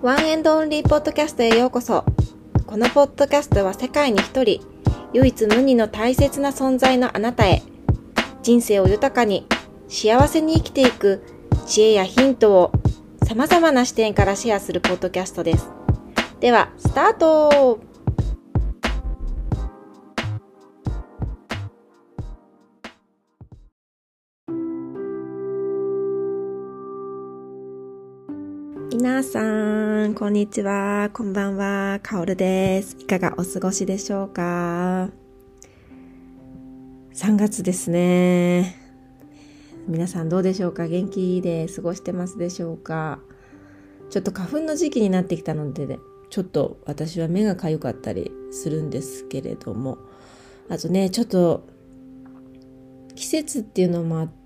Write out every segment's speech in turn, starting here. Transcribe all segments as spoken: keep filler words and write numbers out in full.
ワンエンドオンリーポッドキャストへようこそ。このポッドキャストは世界に一人、唯一無二の大切な存在のあなたへ、人生を豊かに、幸せに生きていく知恵やヒントを様々な視点からシェアするポッドキャストです。では、スタート！皆さん、こんにちは。こんばんは。かおるです。いかがお過ごしでしょうか？さんがつですね。皆さんどうでしょうか？元気で過ごしてますでしょうか？ちょっと花粉の時期になってきたので、ね、ちょっと私は目がかゆかったりするんですけれども、あとね、ちょっと季節っていうのもあって、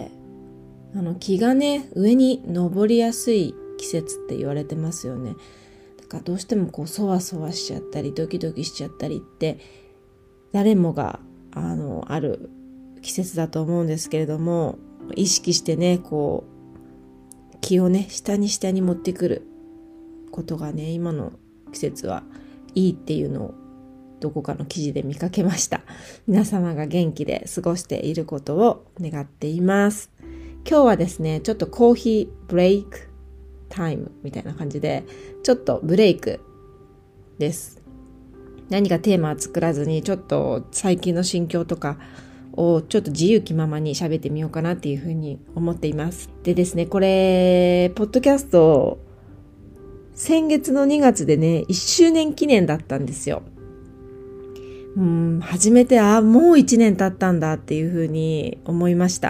あの気がね、上に登りやすい季節って言われてますよね。だからどうしてもこうそわそわしちゃったりドキドキしちゃったりって誰もがあのある季節だと思うんですけれども、意識してねこう気をね下に下に持ってくることがね、今の季節はいいっていうのをどこかの記事で見かけました。皆様が元気で過ごしていることを願っています。今日はですね、ちょっとコーヒーブレイクタイムみたいな感じで、ちょっとブレイクです。何かテーマは作らずに、ちょっと最近の心境とかをちょっと自由気ままに喋ってみようかなっていうふうに思っています。でですね、これ、ポッドキャスト、先月のにがつでね、いっしゅうねん記念だったんですよ。うん、初めて、あ、もういちねん経ったんだっていうふうに思いました。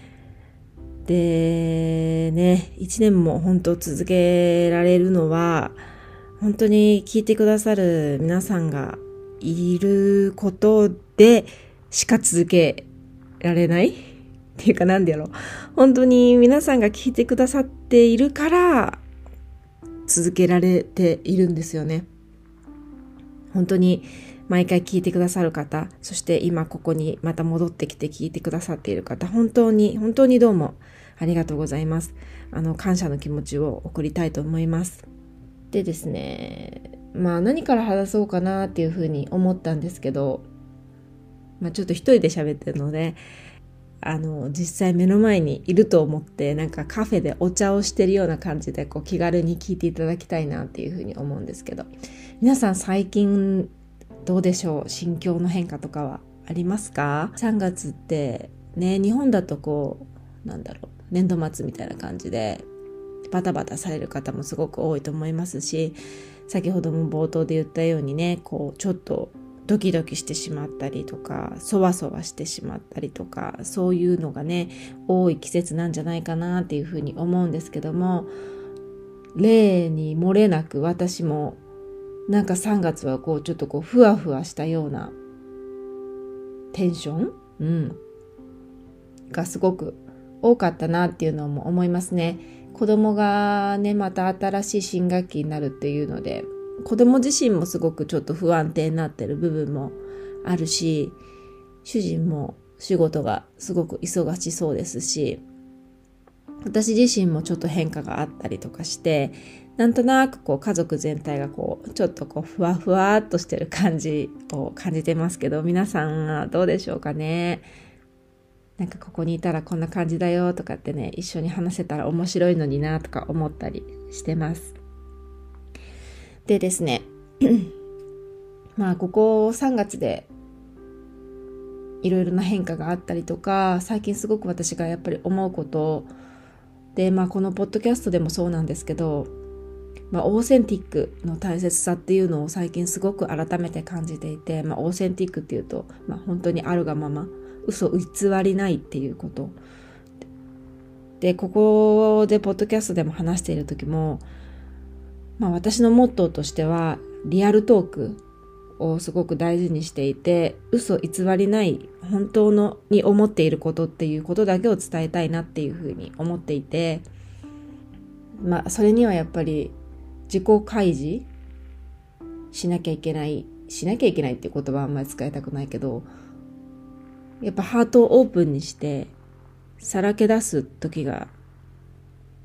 でね、いちねんも本当続けられるのは本当に聞いてくださる皆さんがいることでしか続けられないっていうか、なんでやろう、本当に皆さんが聞いてくださっているから続けられているんですよね。本当に毎回聞いてくださる方、そして今ここにまた戻ってきて聞いてくださっている方、本当に本当にどうもありがとうございます。あの感謝の気持ちを送りたいと思います。でですね、まあ何から話そうかなっていうふうに思ったんですけど、まあちょっと一人で喋ってるので、あの実際目の前にいると思って、なんかカフェでお茶をしてるような感じでこう気軽に聞いていただきたいなっていうふうに思うんですけど、皆さん最近どうでしょう？心境の変化とかはありますか？さんがつってね、日本だとこうなんだろう、年度末みたいな感じでバタバタされる方もすごく多いと思いますし、先ほども冒頭で言ったようにね、こうちょっとドキドキしてしまったりとか、そわそわしてしまったりとか、そういうのがね多い季節なんじゃないかなっていうふうに思うんですけども、例に漏れなく私もなんかさんがつはこうちょっとこうふわふわしたようなテンション、うん、がすごく多かったなっていうのも思いますね。子供がね、また新しい新学期になるっていうので、子供自身もすごくちょっと不安定になってる部分もあるし、主人も仕事がすごく忙しそうですし、私自身もちょっと変化があったりとかして、なんとなくこう家族全体がこうちょっとこうふわふわっとしてる感じを感じてますけど、皆さんはどうでしょうかね。なんかここにいたらこんな感じだよとかってね、一緒に話せたら面白いのになとか思ったりしてます。でですねまあここさんがつでいろいろな変化があったりとか、最近すごく私がやっぱり思うことで、まあこのポッドキャストでもそうなんですけど、まあ、オーセンティックの大切さっていうのを最近すごく改めて感じていて、まあ、オーセンティックっていうと、まあ、本当にあるがまま、嘘偽りないっていうことで、ここでポッドキャストでも話している時も、まあ、私のモットーとしてはリアルトークをすごく大事にしていて、嘘偽りない本当のに思っていることっていうことだけを伝えたいなっていうふうに思っていて、まあそれにはやっぱり自己開示しなきゃいけないしなきゃいけないっていう言葉はあんまり使いたくないけど、やっぱハートをオープンにしてさらけ出す時が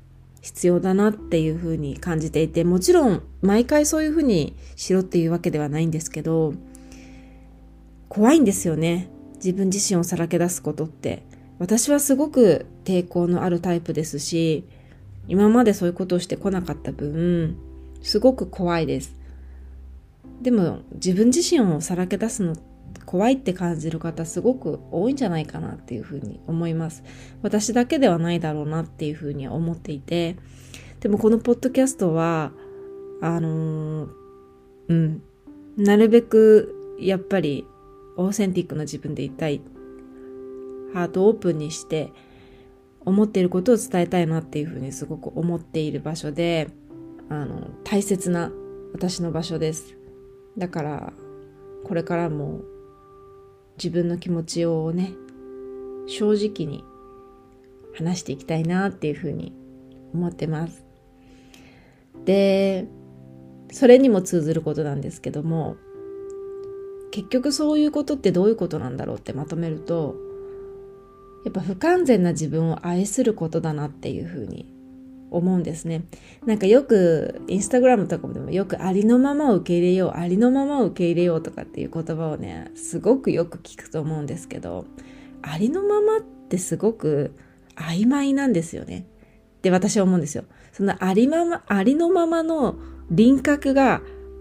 必要だなっていうふうに感じていて、もちろん毎回そういうふうにしろっていうわけではないんですけど、怖いんですよね。自分自身をさらけ出すことって。私はすごく抵抗のあるタイプですし、今までそういうことをしてこなかった分、すごく怖いです。でも自分自身をさらけ出すの怖いって感じる方すごく多いんじゃないかなっていうふうに思います。私だけではないだろうなっていうふうに思っていて、でもこのポッドキャストはあのー、うんなるべくやっぱりオーセンティックな自分でいたい、ハートをオープンにして思っていることを伝えたいなっていうふうにすごく思っている場所で、あの大切な私の場所です。だからこれからも自分の気持ちをね、正直に話していきたいなっていうふうに思ってます。で、それにも通ずることなんですけども、結局そういうことってどういうことなんだろうってまとめると、やっぱ不完全な自分を愛することだなっていうふうに思うんですね。なんかよくインスタグラムとかでもよくありのままを受け入れよう、ありのままを受け入れようとかっていう言葉をね、すごくよく聞くと思うんですけど、ありのままってすごく曖昧なんですよねって私は思うんですよ。そのありまま、ありのままの輪郭が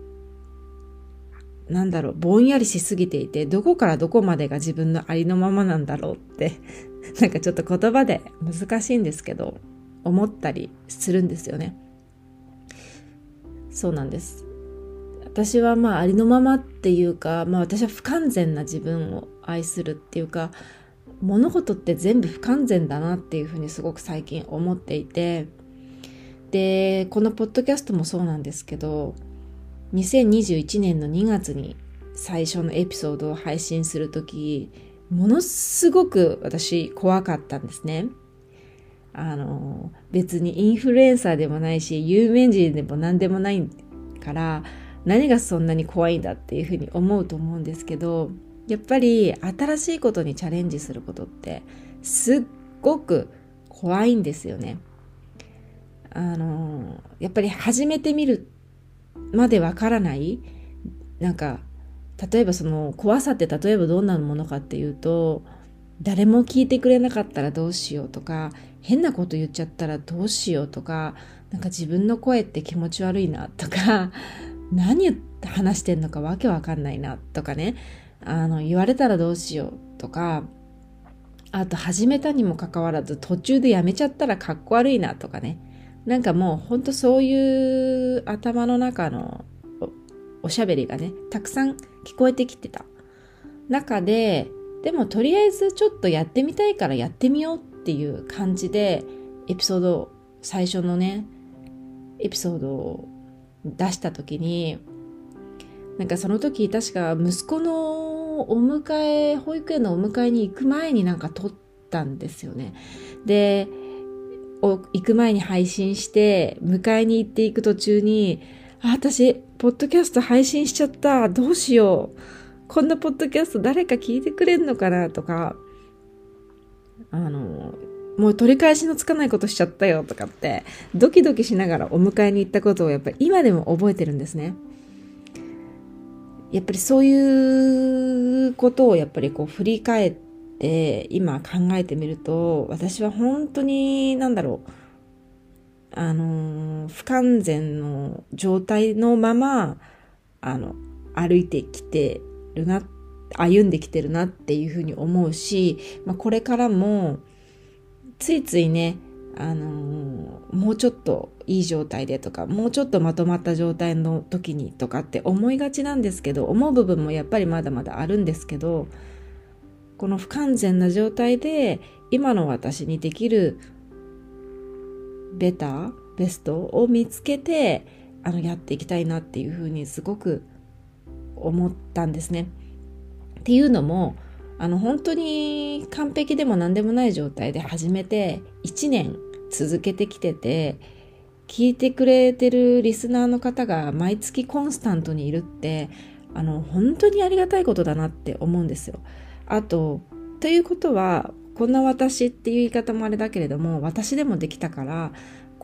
なんだろう、ぼんやりしすぎていて、どこからどこまでが自分のありのままなんだろうってなんかちょっと言葉で難しいんですけど思ったりするんですよね。そうなんです。私はまあありのままっていうか、まあ私は不完全な自分を愛するっていうか、物事って全部不完全だなっていうふうにすごく最近思っていて、でこのポッドキャストもそうなんですけど、にせんにじゅういちねんのにがつに最初のエピソードを配信するとき、ものすごく私怖かったんですね。あの別にインフルエンサーでもないし有名人でも何でもないから何がそんなに怖いんだっていうふうに思うと思うんですけど、やっぱり新しいことにチャレンジすることってすっごく怖いんですよね。あのやっぱり始めてみるまでわからない、なんか例えばその怖さって例えばどんなものかっていうと、誰も聞いてくれなかったらどうしようとか、変なこと言っちゃったらどうしようとか、なんか自分の声って気持ち悪いなとか何話してんのかわけわかんないなとかね、あの言われたらどうしようとか、あと始めたにもかかわらず途中でやめちゃったらかっこ悪いなとかね、なんかもうほんとそういう頭の中の お, おしゃべりがねたくさん聞こえてきてた中で、でもとりあえずちょっとやってみたいからやってみようっていう感じでエピソード、最初のねエピソードを出した時に、なんかその時確か息子のお迎え、保育園のお迎えに行く前になんか撮ったんですよね。で行く前に配信して迎えに行っていく途中に、あ、私ポッドキャスト配信しちゃった、どうしよう、こんなポッドキャスト誰か聞いてくれんのかなとか、あのもう取り返しのつかないことしちゃったよとかってドキドキしながらお迎えに行ったことをやっぱり今でも覚えてるんですね。やっぱりそういうことをやっぱりこう振り返って今考えてみると、私は本当に何だろう、あの不完全の状態のままあの歩いてきてるな、歩んできてるなっていうふうに思うし、まあ、これからもついついね、あのー、もうちょっといい状態でとか、もうちょっとまとまった状態の時にとかって思いがちなんですけど、思う部分もやっぱりまだまだあるんですけど、この不完全な状態で今の私にできるベターベストを見つけてあのやっていきたいなっていうふうにすごく思ったんですね。っていうのも、あの本当に完璧でも何でもない状態で始めていちねん続けてきてて、聞いてくれてるリスナーの方が毎月コンスタントにいるって、あの本当にありがたいことだなって思うんですよ。あとということは、こんな私っていう言い方もあれだけれども、私でもできたから、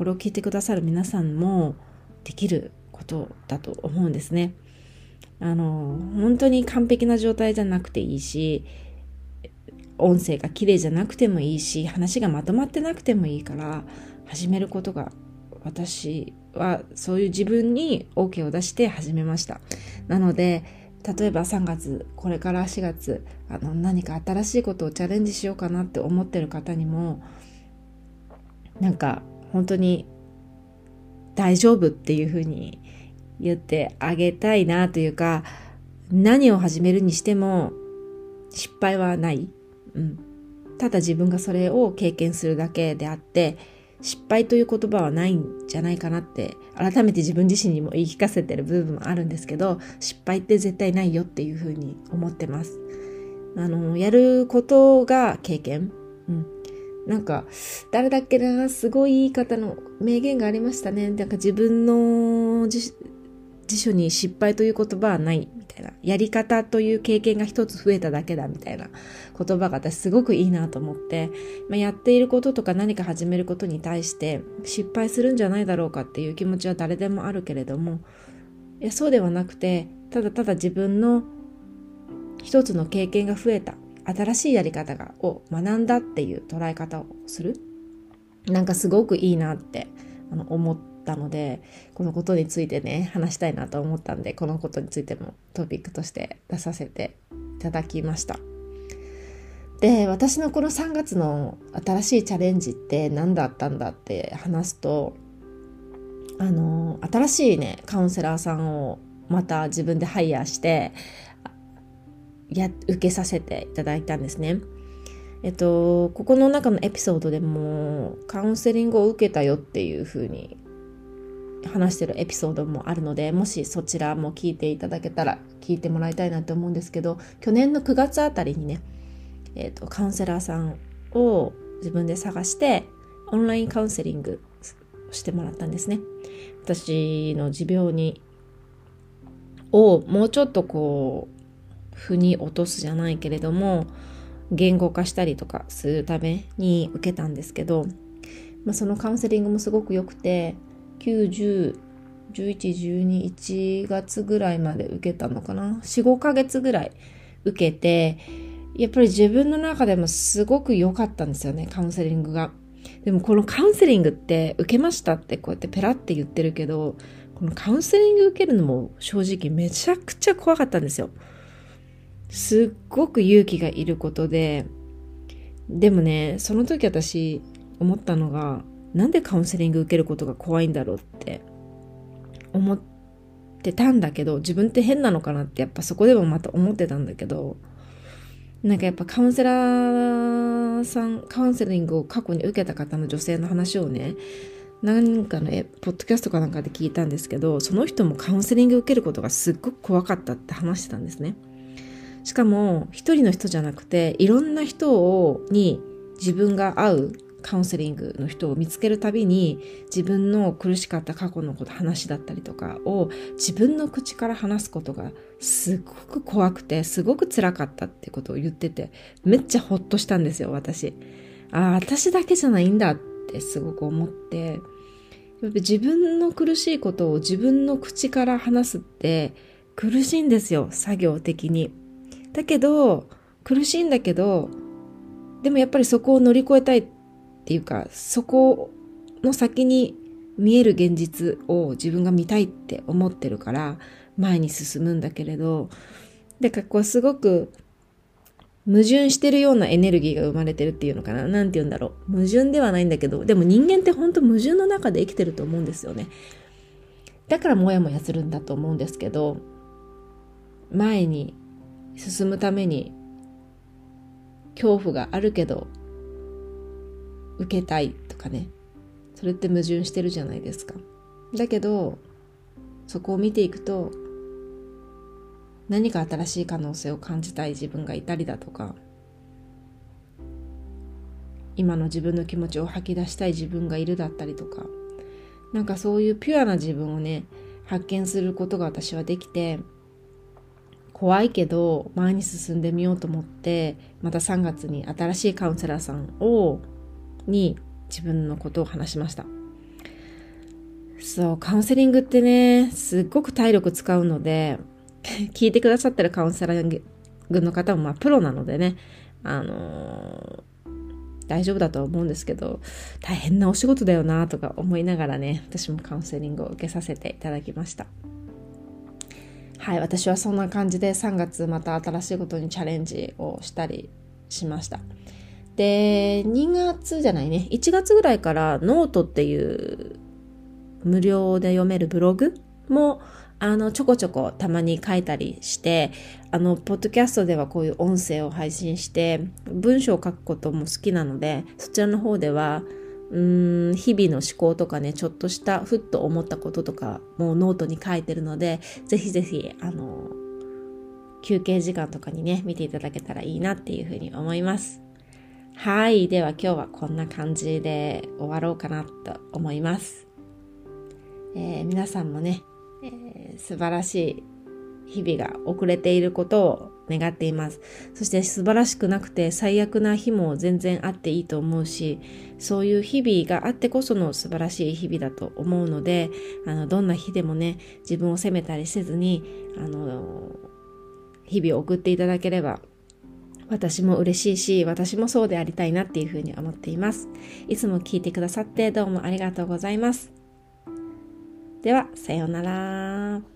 これを聞いてくださる皆さんもできることだと思うんですね。あの本当に完璧な状態じゃなくていいし、音声が綺麗じゃなくてもいいし、話がまとまってなくてもいいから始めることが、私はそういう自分に OK を出して始めました。なので例えばさんがつ、これからしがつ、あの何か新しいことをチャレンジしようかなって思ってる方にも、なんか本当に大丈夫っていうふうに言ってあげたいなというか、何を始めるにしても失敗はない、うん、ただ自分がそれを経験するだけであって、失敗という言葉はないんじゃないかなって改めて自分自身にも言い聞かせてる部分もあるんですけど、失敗って絶対ないよっていうふうに思ってます。あのやることが経験、うん、なんか誰だっけな、すごいいい方の名言がありましたね。なんか自分の辞書に失敗という言葉はないみたいな、やり方という経験が一つ増えただけだみたいな言葉が私すごくいいなと思って、まあ、やっていることとか何か始めることに対して失敗するんじゃないだろうかっていう気持ちは誰でもあるけれども、いやそうではなくて、ただただ自分の一つの経験が増えた、新しいやり方がを学んだっていう捉え方をする、なんかすごくいいなってあの思ったので、このことについてね話したいなと思ったんで、このことについてもトピックとして出させていただきました。で、私のこのさんがつの新しいチャレンジって何だったんだって話すと、あの新しいねカウンセラーさんをまた自分でハイヤーしてや受けさせていただいたんですね。えっとここの中のエピソードでもカウンセリングを受けたよっていう風に話してるエピソードもあるので、もしそちらも聞いていただけたら聞いてもらいたいなと思うんですけど、去年のくがつあたりにね、えっとカウンセラーさんを自分で探してオンラインカウンセリングをしてもらったんですね。私の持病にをもうちょっとこう腑に落とすじゃないけれども言語化したりとかするために受けたんですけど、まあ、そのカウンセリングもすごく良くて、きゅう、じゅう、じゅういち、じゅうに、いちがつぐらいまで受けたのかな、よん、ごかげつぐらい受けて、やっぱり自分の中でもすごく良かったんですよね、カウンセリングが。でもこのカウンセリングって受けましたってこうやってペラって言ってるけど、このカウンセリング受けるのも正直めちゃくちゃ怖かったんですよ。すっごく勇気がいることで、でもね、その時私思ったのが、なんでカウンセリング受けることが怖いんだろうって思ってたんだけど、自分って変なのかなってやっぱそこでもまた思ってたんだけど、なんかやっぱカウンセラーさん、カウンセリングを過去に受けた方の女性の話をね、なんかね、ポッドキャストかなんかで聞いたんですけど、その人もカウンセリング受けることがすっごく怖かったって話してたんですね。しかも一人の人じゃなくて、いろんな人をに自分が会うカウンセリングの人を見つけるたびに、自分の苦しかった過去のこと、話だったりとかを自分の口から話すことがすごく怖くて、すごく辛かったってことを言ってて、めっちゃホッとしたんですよ、私。ああ、私だけじゃないんだってすごく思って、やっぱ自分の苦しいことを自分の口から話すって苦しいんですよ、作業的に。だけど苦しいんだけど、でもやっぱりそこを乗り越えたいっていうか、そこの先に見える現実を自分が見たいって思ってるから前に進むんだけれど、だからこうすごく矛盾してるようなエネルギーが生まれてるっていうのかな、なんて言うんだろう、矛盾ではないんだけど、でも人間って本当矛盾の中で生きてると思うんですよね。だからモヤモヤするんだと思うんですけど、前に進むために恐怖があるけど受けたいとかね、それって矛盾してるじゃないですか。だけどそこを見ていくと、何か新しい可能性を感じたい自分がいたりだとか、今の自分の気持ちを吐き出したい自分がいるだったりとか、なんかそういうピュアな自分をね発見することが私はできて、怖いけど前に進んでみようと思って、またさんがつに新しいカウンセラーさんをに自分のことを話しました。 そう、カウンセリングってね、すっごく体力使うので、聞いてくださってるカウンセラーの方もまあプロなのでね、あのー、大丈夫だとは思うんですけど、大変なお仕事だよなとか思いながらね、私もカウンセリングを受けさせていただきました。はい、私はそんな感じでさんがつまた新しいことにチャレンジをしたりしました。で、にがつじゃないね、いちがつぐらいからノートっていう無料で読めるブログもあのちょこちょこたまに書いたりして、あのポッドキャストではこういう音声を配信して文章を書くことも好きなので、そちらの方ではうーん日々の思考とかね、ちょっとしたふっと思ったこととかもうノートに書いてるので、ぜひぜひあの休憩時間とかにね見ていただけたらいいなっていうふうに思います。はい、では今日はこんな感じで終わろうかなと思います。えー、皆さんもね、えー、素晴らしい日々が遅れていることを願っています。そして素晴らしくなくて最悪な日も全然あっていいと思うし、そういう日々があってこその素晴らしい日々だと思うので、あのどんな日でもね、自分を責めたりせずに、あの日々を送っていただければ私も嬉しいし、私もそうでありたいなっていうふうに思っています。いつも聞いてくださってどうもありがとうございます。では、さようなら。